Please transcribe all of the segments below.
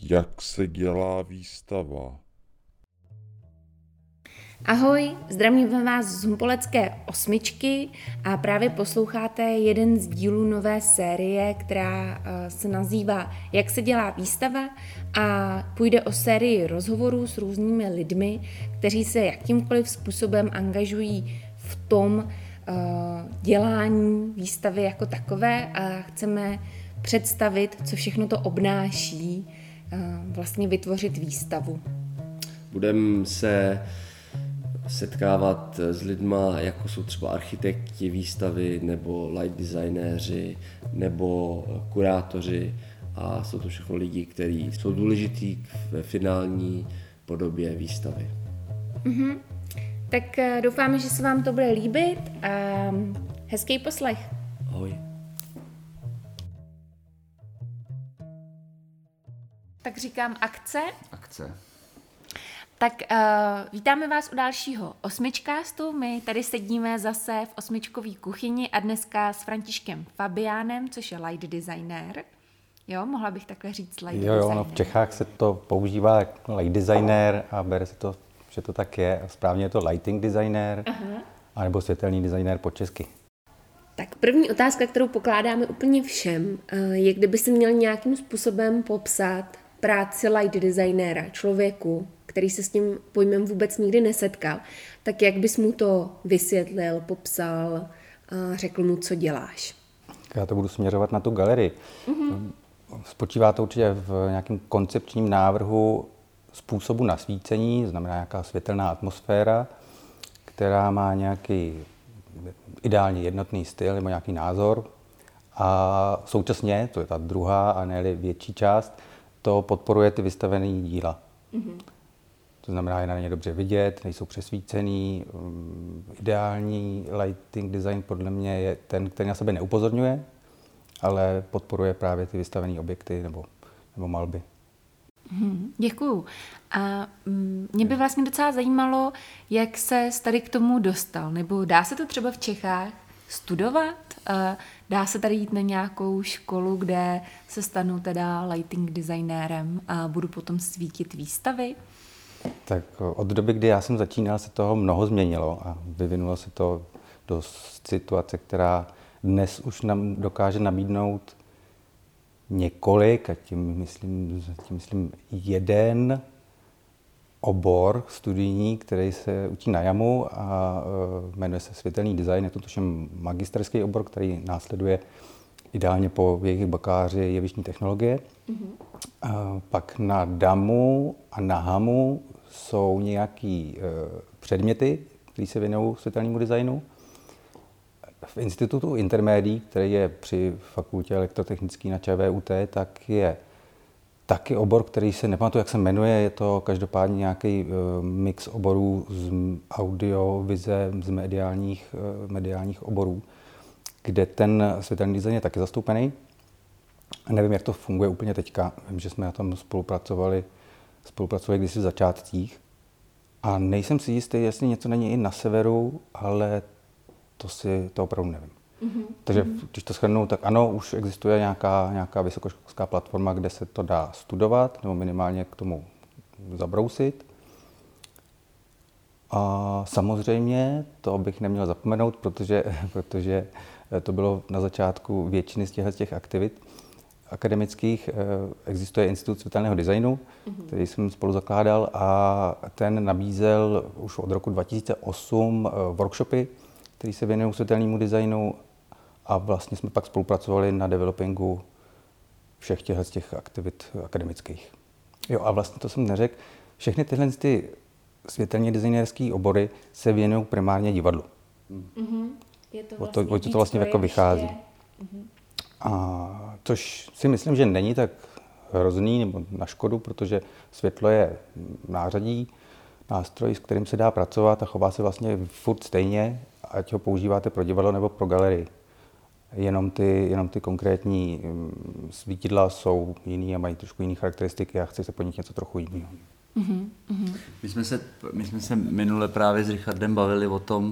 Jak se dělá výstava? Ahoj, zdravím vás z Humpolecké 8 a právě posloucháte jeden z dílů nové série, která se nazývá Jak se dělá výstava a půjde o sérii rozhovorů s různými lidmi, kteří se jakýmkoliv způsobem angažují v tom dělání výstavy jako takové a chceme představit, co všechno to obnáší, vlastně vytvořit výstavu. Budeme se setkávat s lidma, jako jsou třeba architekti výstavy, nebo light designéři, nebo kurátoři a jsou to všechno lidi, kteří jsou důležitý ve finální podobě výstavy. Tak doufáme, že se vám to bude líbit a hezký poslech. Ahoj. Tak říkám akce. Akce. Tak vítáme vás u dalšího 8castu. My tady sedíme zase v 8kové kuchyni a dneska s Františkem Fabiánem, což je light designer. Jo, mohla bych takhle říct light designer. Jo, no v Čechách se to používá jako light designer a bere se to, že to tak je. Správně je to lighting designer, anebo světelný designer po česky. Tak první otázka, kterou pokládáme úplně všem, je, kdyby si měl nějakým způsobem popsat práci light designera, člověku, který se s tím pojmem vůbec nikdy nesetkal, tak jak bys mu to vysvětlil, popsal, řekl mu, co děláš? Já to budu směřovat na tu galerii. Spočívá to určitě v nějakém koncepčním návrhu způsobu nasvícení, znamená nějaká světelná atmosféra, která má nějaký ideálně jednotný styl nebo nějaký názor a současně, to je ta druhá a ne větší část, to podporuje ty vystavené díla. To znamená, je na ně dobře vidět, nejsou přesvícený. Ideální lighting design podle mě je ten, který na sebe neupozorňuje, ale podporuje právě ty vystavené objekty nebo malby. Děkuju. A mě by vlastně docela zajímalo, jak se tady k tomu dostal, nebo dá se to třeba v Čechách studovat? Dá se tady jít na nějakou školu, kde se stanu teda lighting designérem a budu potom svítit výstavy? Tak od doby, kdy já jsem začínal, se toho mnoho změnilo a vyvinulo se to do situace, která dnes už nám dokáže nabídnout několik, a tím myslím jeden obor studijní, který se učí na JAMu a jmenuje se světelný design. Je to tuším magisterský obor, který následuje ideálně po jejich bakaláři jevištní technologie. A pak na DAMu a na HAMu jsou nějaký předměty, které se věnují světelnému designu. V institutu intermédií, který je při fakultě elektrotechnické na ČVUT, tak je taky obor, který se nepamatuji, jak se jmenuje, je to každopádně nějaký mix oborů z audio, vize, z mediálních oborů, kde ten světelný design je taky zastoupený. Nevím, jak to funguje úplně teďka. Vím, že jsme na tom spolupracovali kdysi v začátcích. A nejsem si jistý, jestli něco není i na severu, ale to opravdu nevím. Takže když to shrnu, tak ano, už existuje nějaká vysokoškolská platforma, kde se to dá studovat, nebo minimálně k tomu zabrousit. A samozřejmě to bych neměl zapomenout, protože to bylo na začátku většiny z těch aktivit akademických. Existuje Institut světelného designu, který jsem spolu zakládal a ten nabízel už od roku 2008 workshopy, které se věnují světelnému designu a vlastně jsme pak spolupracovali na developingu všech těch aktivit akademických. Jo, a vlastně to jsem neřekl, všechny tyhle světelně designérské obory se věnují primárně divadlu. O to vlastně jako vychází. A což si myslím, že není tak hrozný nebo na škodu, protože světlo je nástroj, s kterým se dá pracovat a chová se vlastně furt stejně, ať ho používáte pro divadlo nebo pro galerii. Jenom ty konkrétní svítidla jsou jiný a mají trošku jiné charakteristiky a chci se po nich něco trochu jiného. My jsme se minule právě s Richardem bavili o tom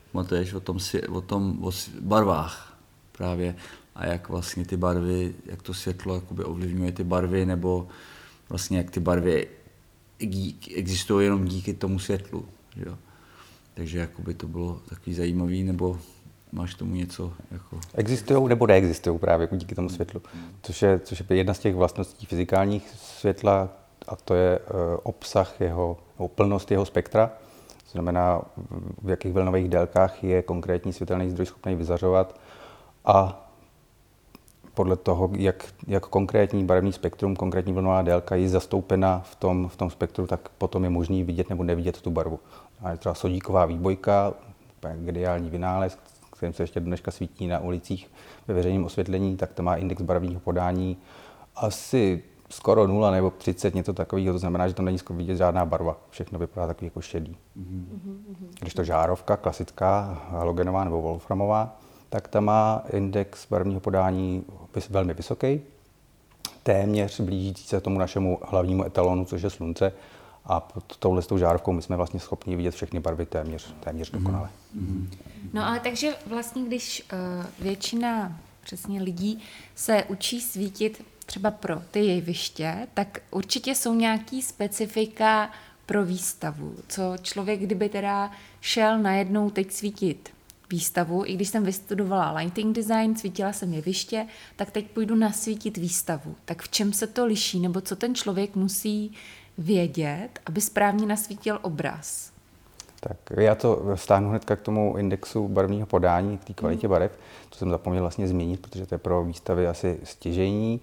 barvách právě a jak vlastně ty barvy, jak to světlo jakoby ovlivňuje ty barvy nebo vlastně jak ty barvy existují jenom díky tomu světlu. Jo? Takže jakoby to bylo takový zajímavý, nebo máš k tomu něco? Jako... Existují nebo neexistují právě díky tomu světlu, což je jedna z těch vlastností fyzikálních světla, a to je obsah plnost jeho spektra. To znamená, v jakých vlnových délkách je konkrétní světelný zdroj schopný vyzařovat a podle toho, jak konkrétní barevný spektrum, konkrétní vlnová délka je zastoupena v tom spektru, tak potom je možný vidět nebo nevidět tu barvu. A je třeba sodíková výbojka, geniální vynález, kterým se ještě dneška svítí na ulicích ve veřejném osvětlení, tak to má index barevného podání asi skoro 0 nebo 30, něco takového, to znamená, že tam není skoro vidět žádná barva. Všechno vypadá takový jako šedý. Když to žárovka, klasická, halogenová nebo wolframová, tak ta má index barevného podání velmi vysoký, téměř blížící se tomu našemu hlavnímu etalonu, což je slunce. A pod touhletou žárovkou my jsme vlastně schopni vidět všechny barvy téměř dokonale. No ale takže vlastně, když většina přesně lidí se učí svítit třeba pro ty jeviště, tak určitě jsou nějaký specifika pro výstavu. Co člověk, kdyby teda šel najednou teď svítit výstavu, i když jsem vystudovala lighting design, svítila jsem jeviště, tak teď půjdu nasvítit výstavu. Tak v čem se to liší, nebo co ten člověk musí vědět, aby správně nasvítil obraz? Tak já to stáhnu hnedka k tomu indexu barevného podání, k té kvalitě barev, co jsem zapomněl vlastně zmínit, protože to je pro výstavy asi stěžejní.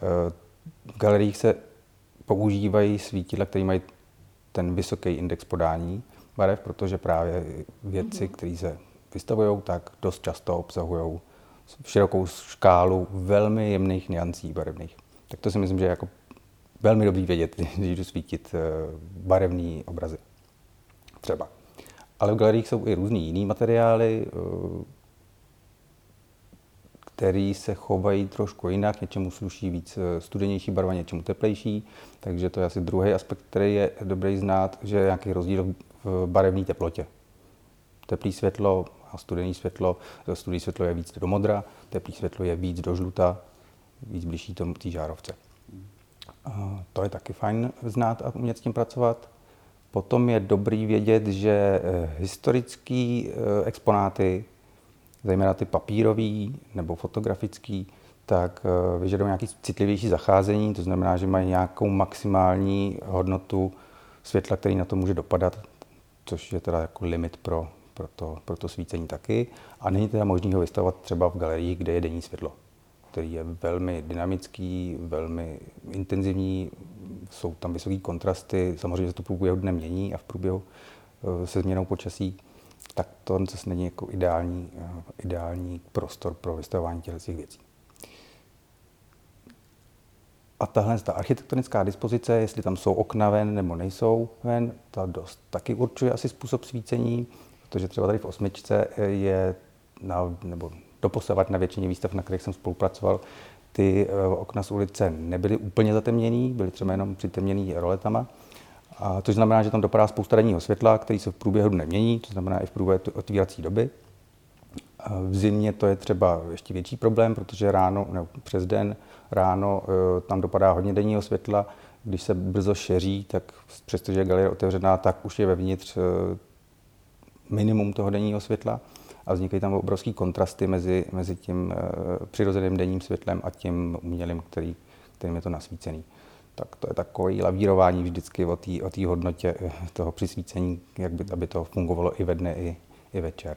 V galeriích se používají svítidla, které mají ten vysoký index podání barev, protože právě věci, které se vystavují, tak dost často obsahují širokou škálu velmi jemných nuancí barevných. Tak to si myslím, že je jako velmi dobrý vědět, když jdu svítit barevné obrazy. Třeba. Ale v galeriích jsou i různý jiný materiály, který se chovají trošku jinak, něčemu sluší víc studenější barva, něčemu teplejší, takže to je asi druhý aspekt, který je dobrý znát, že je nějaký rozdíl v barevné teplotě. Teplé světlo a studené světlo je víc do modra, teplé světlo je víc do žluta, víc blíží té žárovce. To je taky fajn znát a umět s tím pracovat. Potom je dobrý vědět, že historické exponáty, zejména ty papírový nebo fotografický, tak vyžadují nějaké citlivější zacházení, to znamená, že mají nějakou maximální hodnotu světla, který na to může dopadat, což je teda jako limit pro to svícení taky. A není teda možné ho vystavovat třeba v galerii, kde je denní světlo, který je velmi dynamický, velmi intenzivní, jsou tam vysoké kontrasty, samozřejmě se to v průběhu dne mění a v průběhu se změnou počasí, tak to zase není jako ideální prostor pro vystavování těchto věcí. A ta architektonická dispozice, jestli tam jsou okna ven nebo nejsou ven, ta dost taky určuje asi způsob svícení, protože třeba tady v 8 je nebo doposavat na většině výstav, na kterých jsem spolupracoval, ty okna z ulice nebyly úplně zatemněný, byly třeba jenom přitemněný roletama. A což znamená, že tam dopadá spousta denního světla, který se v průběhu dne mění, to znamená i v průběhu otvírací doby. A v zimě to je třeba ještě větší problém, protože přes den ráno tam dopadá hodně denního světla. Když se brzo šeří, tak přestože je galerie otevřená, tak už je vevnitř minimum toho denního světla a vznikají tam obrovský kontrasty mezi tím přirozeným denním světlem a tím umělým, kterým je to nasvícený. Tak to je takové lavírování vždycky o té hodnotě toho přisvícení, aby to fungovalo i ve dne, i večer.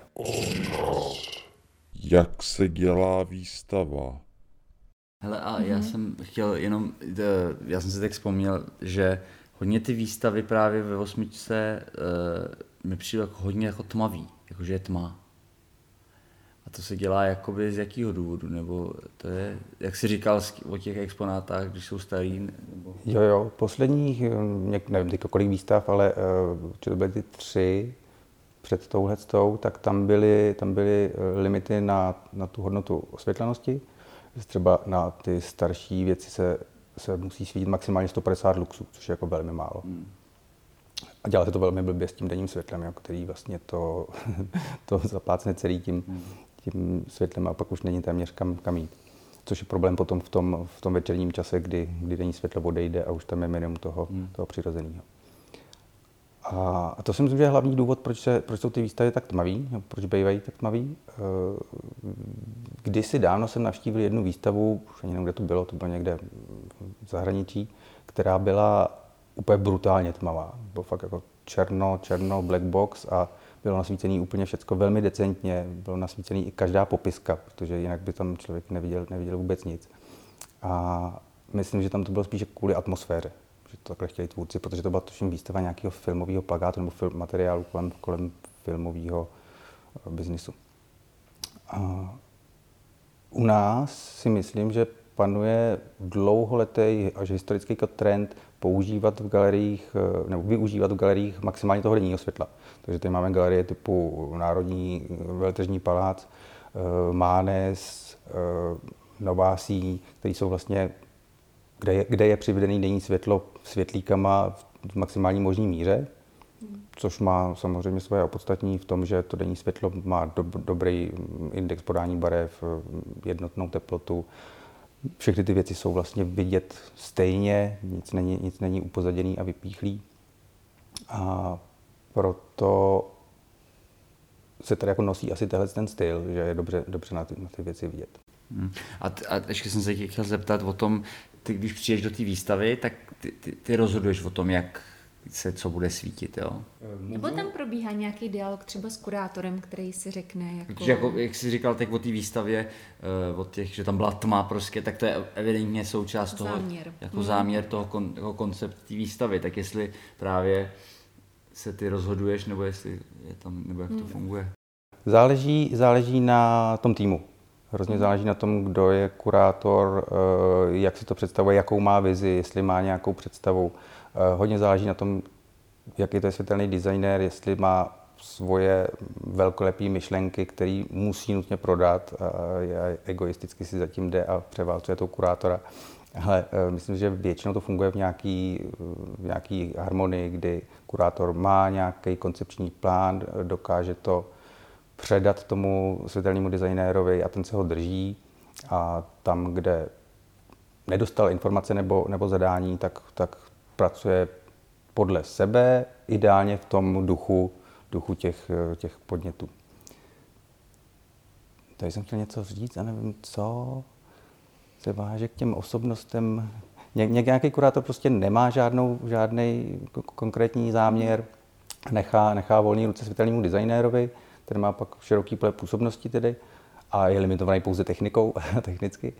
Jak se dělá výstava? Hele, a já jsem chtěl jenom, já jsem si tak vzpomněl, že hodně ty výstavy právě ve 8 mi přijde jako hodně jako tmavý, jakože je tma. A to se dělá jakoby z jakého důvodu, nebo to je, jak jsi říkal o těch exponátách, když jsou starý? Nebo... Jo, posledních, nevím teďka kolik výstav, ale to byly ty 3 před touhletou, tak tam byly limity na tu hodnotu osvětlenosti. Třeba na ty starší věci se musí svítit maximálně 150 luxů, což je jako velmi málo. A dělá se to velmi blbě s tím denním světlem, který vlastně to zaplácne celý tím světlem a pak už není téměř kam jít. což je problém potom v tom večerním čase, kdy denní světlo odejde a už tam je minimum toho přirozeného. A to si myslím, že je hlavní důvod, proč jsou ty výstavy tak tmavý, proč bývají tak tmavý. Kdysi dávno jsem navštívil jednu výstavu, už ani nevím, kde to bylo někde v zahraničí, která byla úplně brutálně tmavá. Bylo fakt jako černo, black box a bylo nasvícený úplně všecko velmi decentně, bylo nasvícený i každá popiska, protože jinak by tam člověk neviděl vůbec nic. A myslím, že tam to bylo spíše kvůli atmosféře, že to takhle chtěli tvůrci, protože to byla tuším výstava nějakého filmového plakátu nebo materiálu kolem filmového biznisu. A u nás si myslím, že panuje dlouholetý až historický trend používat v galeriích, nebo využívat v galeriích maximálně toho denního světla. Takže tady máme galerie typu Národní veletržní palác, Mánes, Novásí, které jsou vlastně, kde je přivedený denní světlo světlíkama v maximální možné míře, což má samozřejmě svoje opodstatnění v tom, že to denní světlo má dobrý index podání barev, jednotnou teplotu. Všechny ty věci jsou vlastně vidět stejně, nic není upozaděný a vypíchlý. A proto se tady jako nosí asi ten styl, že je dobře na ty věci vidět. A ještě jsem se chtěl zeptat o tom, ty když přijdeš do té výstavy, tak ty rozhoduješ o tom, jak se co bude svítit, jo? Nebo tam probíhá nějaký dialog třeba s kurátorem, který si řekne jako jak jsi říkal teď o té výstavě, o těch, že tam byla tma prostě, tak to je evidentně součást toho, jako záměr toho konceptu té výstavy, tak jestli právě se ty rozhoduješ, nebo jestli je tam, nebo jak to funguje? Záleží na tom týmu. Hrozně záleží na tom, kdo je kurátor, jak si to představuje, jakou má vizi, jestli má nějakou představu. Hodně záleží na tom, jaký to je světelný designér, jestli má svoje velkolepé myšlenky, které musí nutně prodat a egoisticky si zatím jde a převálcuje toho kurátora. Ale myslím, že většinou to funguje v nějaký harmonii, kdy kurátor má nějaký koncepční plán, dokáže to předat tomu světelnému designérovi a ten se ho drží. A tam, kde nedostal informace nebo zadání, tak pracuje podle sebe, ideálně v tom duchu těch podnětů. Tady jsem chtěl něco říct a nevím co. Se váže k těm osobnostem. Nějaký kurátor prostě nemá žádný konkrétní záměr, nechá volný ruce světelnému designérovi, ten má pak široký pole působnosti tedy a je limitovaný pouze technicky.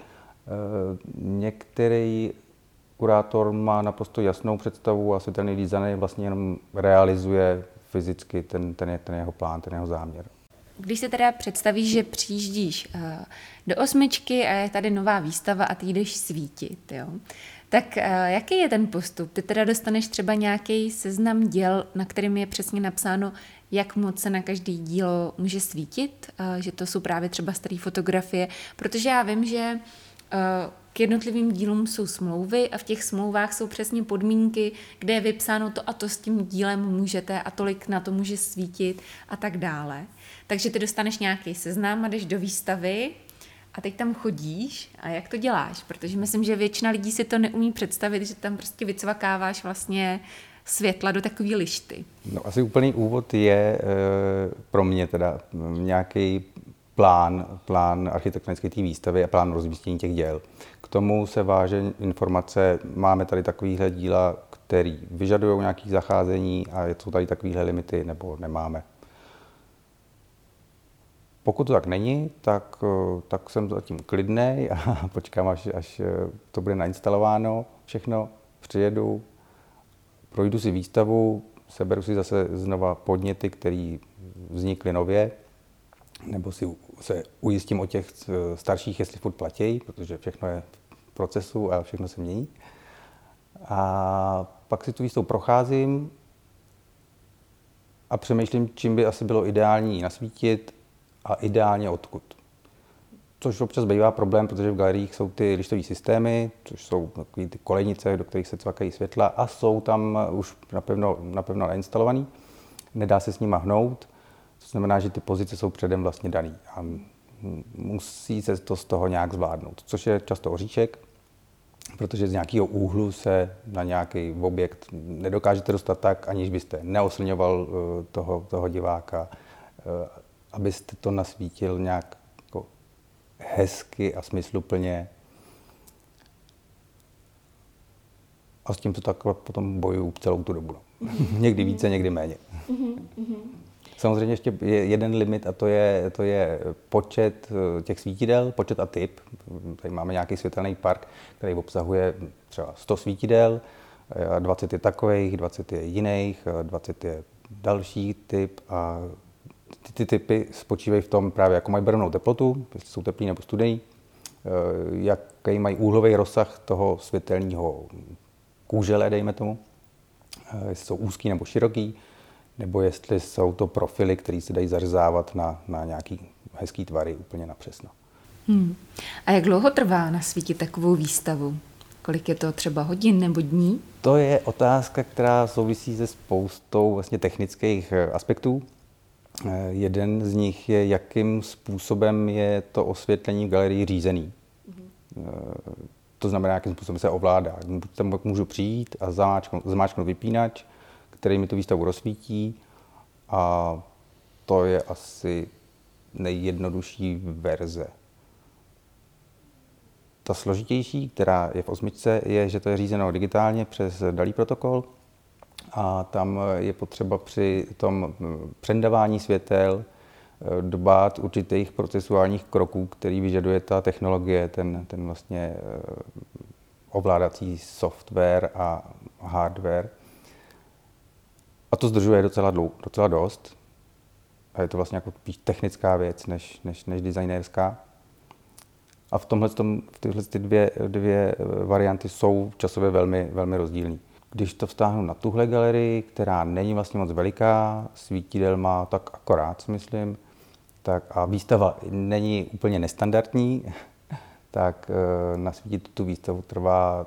Některý kurátor má naprosto jasnou představu a světelný design vlastně jenom realizuje fyzicky ten jeho plán, ten jeho záměr. Když se teda představíš, že přijíždíš do Osmičky a je tady nová výstava a ty jdeš svítit, jo? Tak jaký je ten postup? Ty teda dostaneš třeba nějaký seznam děl, na kterým je přesně napsáno, jak moc se na každý dílo může svítit, že to jsou právě třeba staré fotografie, protože já vím, že k jednotlivým dílům jsou smlouvy a v těch smlouvách jsou přesně podmínky, kde je vypsáno to a to s tím dílem můžete a tolik na to může svítit a tak dále. Takže ty dostaneš nějaký seznam a jdeš do výstavy a teď tam chodíš a jak to děláš? Protože myslím, že většina lidí si to neumí představit, že tam prostě vycvakáváš vlastně světla do takové lišty. No asi úplný úvod je pro mě teda nějaký plán architektonické té výstavy a plán rozmístění těch děl. K tomu se váže informace, máme tady takovýhle díla, které vyžadují nějaké zacházení a jsou tady takovýhle limity, nebo nemáme. Pokud to tak není, tak jsem zatím klidnej a počkám, až to bude nainstalováno všechno, přijedu, projdu si výstavu, seberu si zase znova podněty, které vznikly nově, nebo si se ujistím o těch starších, jestli furt platí, protože všechno je v procesu a všechno se mění. A pak si tu výstavu procházím a přemýšlím, čím by asi bylo ideální nasvítit a ideálně odkud. Což občas bývá problém, protože v galeriích jsou ty lištové systémy, což jsou takové ty kolejnice, do kterých se cvakají světla a jsou tam už napevno nainstalovaný. Nedá se s nima hnout. To znamená, že ty pozice jsou předem vlastně daný. A musí se to z toho nějak zvládnout, což je často oříšek, protože z nějakého úhlu se na nějaký objekt nedokážete dostat tak, aniž byste neoslňoval toho diváka, abyste to nasvítil nějak jako hezky a smysluplně. A s tím to takhle potom bojuju celou tu dobu. Někdy více, někdy méně. Samozřejmě ještě je jeden limit a to je počet těch svítidel, počet a typ. Tady máme nějaký světelný park, který obsahuje třeba 100 svítidel, 20 je takových, 20 je jiných, 20 je další typ a ty typy spočívají v tom právě, jako mají barevnou teplotu, jestli jsou teplý nebo studený, jaký mají úhlový rozsah toho světelného kůžele, dejme tomu, jestli jsou úzký nebo široký, nebo jestli jsou to profily, které se dají zařezávat na nějaký hezký tvary úplně napřesno. A jak dlouho trvá nasvítit takovou výstavu? Kolik je to třeba hodin nebo dní? To je otázka, která souvisí se spoustou vlastně technických aspektů. Jeden z nich je, jakým způsobem je to osvětlení v galerii řízený. To znamená, jakým způsobem se ovládá. Tam můžu přijít a zmáčknout vypínač, který mi tu výstavu rozsvítí, a to je asi nejjednodušší verze. Ta složitější, která je v 8, je, že to je řízeno digitálně přes DALI protokol a tam je potřeba při tom přendávání světel dbát určitých procesuálních kroků, který vyžaduje ta technologie, ten vlastně ovládací software a hardware. A to zdržuje docela dost. A je to vlastně jako spíš technická věc, než designérská. A v tyhle dvě varianty jsou časově velmi, velmi rozdílné. Když to vztáhnu na tuhle galerii, která není vlastně moc veliká, svítidel má tak akorát, myslím, tak a výstava není úplně nestandardní, tak nasvítit tu výstavu trvá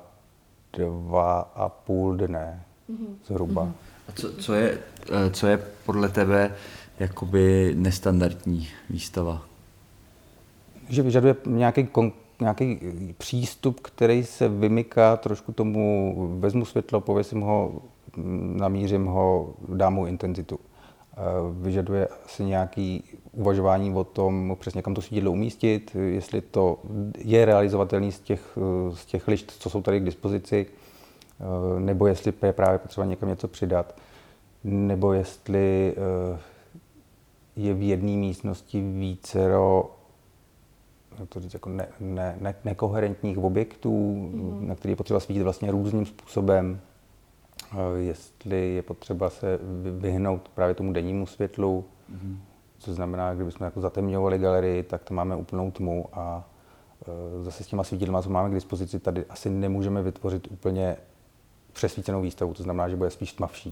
2,5 dne zhruba. A co je podle tebe jakoby nestandardní výstava? Že vyžaduje nějaký přístup, který se vymyká trošku tomu, vezmu světlo, pověsím ho, namířím ho, dám mu intenzitu. Vyžaduje asi nějaké uvažování o tom, přesně kam to svítidlo umístit, jestli to je realizovatelné z těch lišt, co jsou tady k dispozici, nebo jestli je právě potřeba někam něco přidat, nebo jestli je v jedné místnosti vícero to říct, jako nekoherentních objektů, na které je potřeba svítit vlastně různým způsobem, jestli je potřeba se vyhnout právě tomu dennímu světlu, což znamená, kdybychom jako zatemňovali galerii, tak tam máme úplnou tmu a zase s těma svítidlama, co máme k dispozici, tady asi nemůžeme vytvořit úplně přesvícenou výstavu, to znamená, že bude spíš tmavší.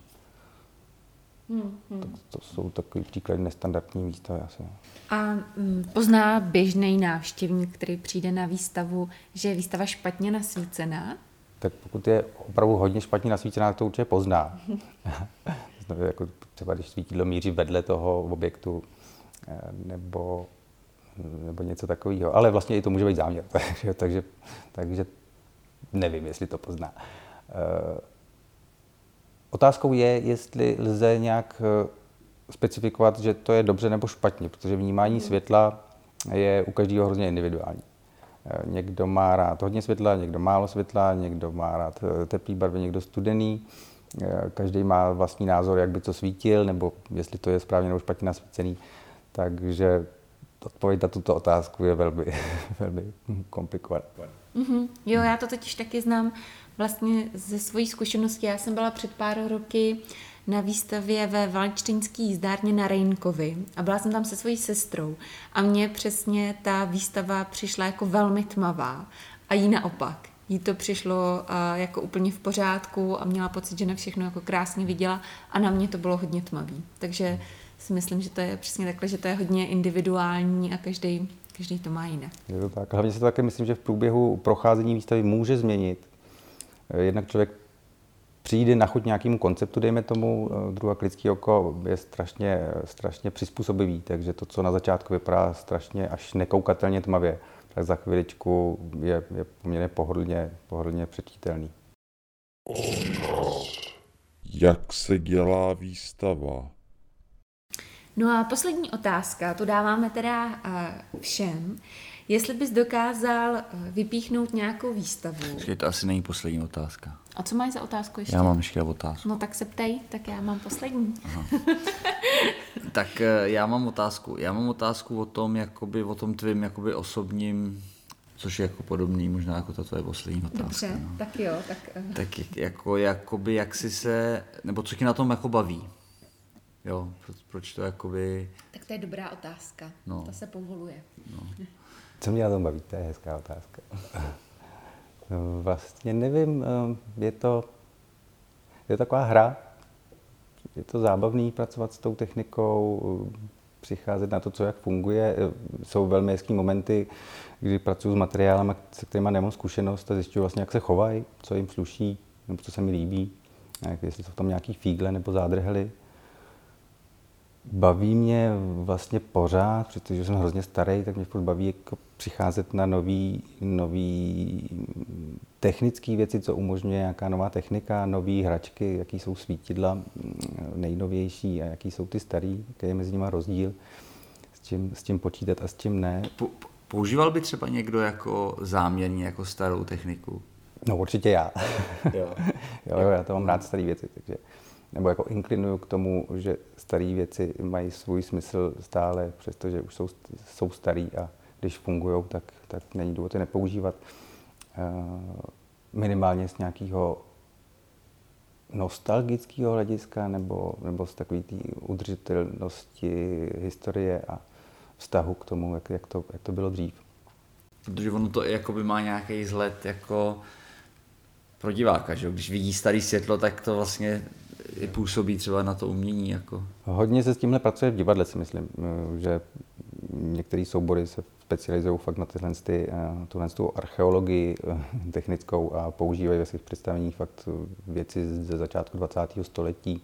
To jsou takový příklady nestandardní výstavy asi. A pozná běžný návštěvník, který přijde na výstavu, že je výstava špatně nasvícená? Tak pokud je opravdu hodně špatně nasvícená, tak to určitě pozná. Jako třeba když svítidlo míří vedle toho objektu nebo něco takového. Ale vlastně i to může být záměr, takže nevím, jestli to pozná. Otázkou je, jestli lze nějak specifikovat, že to je dobře nebo špatně, protože vnímání světla je u každého hrozně individuální. Někdo má rád hodně světla, někdo málo světla, někdo má rád teplý barvy, někdo studený. Každý má vlastní názor, jak by to svítil, nebo jestli to je správně nebo špatně nasvícený. Takže odpověď na tuto otázku je velmi, velmi komplikovaná. Jo, já to totiž taky znám vlastně ze svojí zkušenosti. Já jsem byla před pár roky na výstavě ve Valštejnské jízdárně na Rejnkovi a byla jsem tam se svojí sestrou a mně přesně ta výstava přišla jako velmi tmavá a jí naopak. Jí to přišlo jako úplně v pořádku a měla pocit, že na všechno jako krásně viděla a na mě to bylo hodně tmavý. Takže si myslím, že to je přesně takhle, že to je hodně individuální a každý to má jinak. Je to tak. Hlavně si to také myslím, že v průběhu procházení výstavy může změnit. Jednak člověk přijde na chuť nějakému konceptu, dejme tomu, druha lidský oko je strašně přizpůsobivý, takže to, co na začátku vypadá strašně až nekoukatelně tmavě, tak za chviličku je poměrně pohodlně přečítelný. Jak se dělá výstava? No a poslední otázka, to dáváme teda všem. Jestli bys dokázal vypíchnout nějakou výstavu. Počkej, to asi není poslední otázka. A co máš za otázku ještě? Já mám ještě otázku. No tak se ptej, tak já mám poslední. Tak já mám otázku o tom, o tom tvým jakoby osobním, což je jako podobný, možná jako ta tvoje poslední otázka. Dobře, no. tak jo. Tak jakoby jak si se, nebo co tě na tom jako baví? Jo, proč to jakoby... Tak to je dobrá otázka, No. Ta se povoluje. No. Co mě na tom baví? To je hezká otázka. Vlastně nevím, je to taková hra. Je to zábavný pracovat s tou technikou, přicházet na to, co jak funguje. Jsou velmi hezký momenty, kdy pracuji s materiálem, se kterými nemám zkušenost a zjišťuji vlastně, jak se chovají, co jim sluší, nebo co se mi líbí, jestli jsou tam nějaký fígle nebo zádrhely. Baví mě vlastně pořád, protože jsem hrozně starý, tak mě furt baví jako přicházet na nový technické věci, co umožňuje nějaká nová technika, nové hračky, jaký jsou svítidla nejnovější a jaký jsou ty starý, jaký je mezi nimi rozdíl, s čím počítat a s čím ne. Používal by třeba někdo jako záměrně jako starou techniku? No určitě já. Jo. jo, já to mám rád staré věci, takže nebo jako inklinuju k tomu, že staré věci mají svůj smysl stále, přestože už jsou starý a když fungují, tak není důvod je nepoužívat. Minimálně z nějakého nostalgického hlediska nebo z takové té udržitelnosti historie a vztahu k tomu, jak to bylo dřív. Protože ono to jakoby má nějaký vzhled jako pro diváka, že když vidí starý světlo, tak to vlastně i působí třeba na to umění. Jako. Hodně se s tímhle pracuje v divadle, si myslím, že některé soubory se specializují fakt na tuhle archeologii technickou a používají ve svých představeních fakt věci ze začátku 20. století.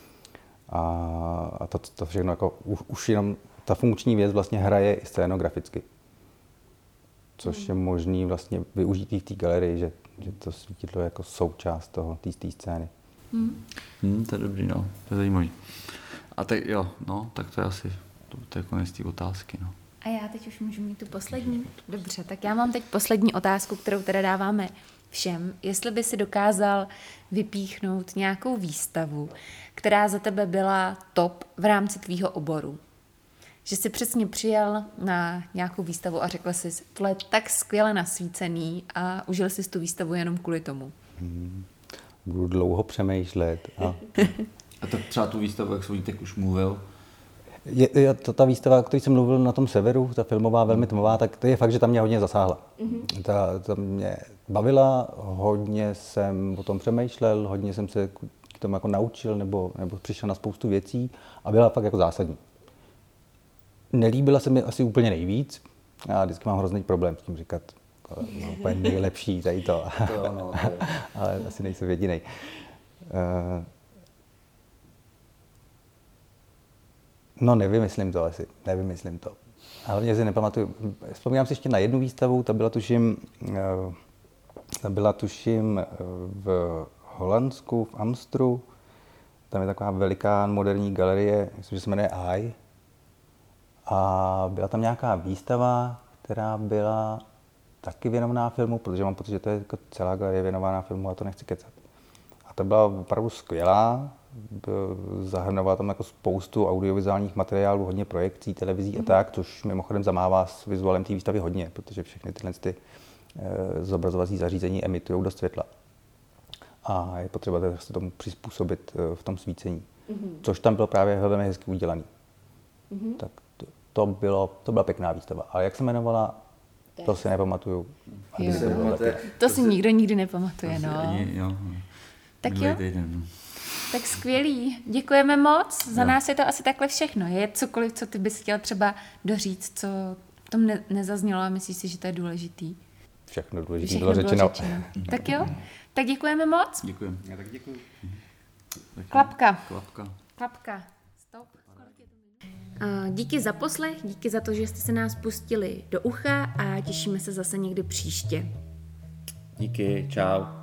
A to všechno jako už jenom ta funkční věc vlastně hraje i scénograficky. Což je možný vlastně využít v té galerii, že to svítidlo je jako součást té scény. To je dobrý, no. To je zajímavý. A tak jo, no, tak to je asi to je konec té otázky, no. A já teď už můžu mít tu poslední? Dobře, tak já mám teď poslední otázku, kterou teda dáváme všem. Jestli by si dokázal vypíchnout nějakou výstavu, která za tebe byla top v rámci tvýho oboru. Že jsi přesně přijel na nějakou výstavu a řekl jsi, tohle je tak skvěle nasvícený a užil jsi tu výstavu jenom kvůli tomu. Budu dlouho přemýšlet. A tak třeba tu výstavu, jak jsem teď už mluvil? Ta výstava, o které jsem mluvil na tom severu, ta filmová, velmi tmavá, tak to je fakt, že tam mě hodně zasáhla. Ta mě bavila, hodně jsem o tom přemýšlel, hodně jsem se k tomu jako naučil nebo přišel na spoustu věcí a byla fakt jako zásadní. Nelíbila se mi asi úplně nejvíc. Já vždycky mám hrozný problém s tím říkat, úplně nejlepší tady to. Ale asi nejsem jedinej. No nevymyslím to asi, Ale hlavně si nepamatuju. Vzpomínám si ještě na jednu výstavu, ta byla tuším v Holandsku, v Amstru. Tam je taková veliká moderní galerie, myslím, že se jmenuje AI. A byla tam nějaká výstava, která byla taky věnovaná filmu, protože mám pocit, že to je jako celá galerie věnovaná filmu a to nechci kecat. A ta byla opravdu skvělá, zahrnovala tam jako spoustu audiovizuálních materiálů, hodně projekcí, televizí a tak, což mimochodem zamává s vizuálem té výstavy hodně, protože všechny tyhle zobrazovací zařízení emitují dost světla. A je potřeba se tomu přizpůsobit v tom svícení, což tam bylo právě velmi hezky udělaný. Tak to byla pěkná výstava. Ale jak se jmenovala, to si nepamatuju. To si nikdo nikdy nepamatuje, no. Tak jo. Tak skvělý. Děkujeme moc. Za nás je to asi takhle všechno. Je cokoliv, co ty bys chtěl třeba doříct, co v tom nezaznělo a myslíš si, že to je důležitý? všechno důležité bylo řečeno. Tak jo, tak děkujeme moc. Děkujem. Já tak děkuji. Klapka. Klapka. Stop. Díky za poslech, díky za to, že jste se nás pustili do ucha a těšíme se zase někdy příště. Díky, čau.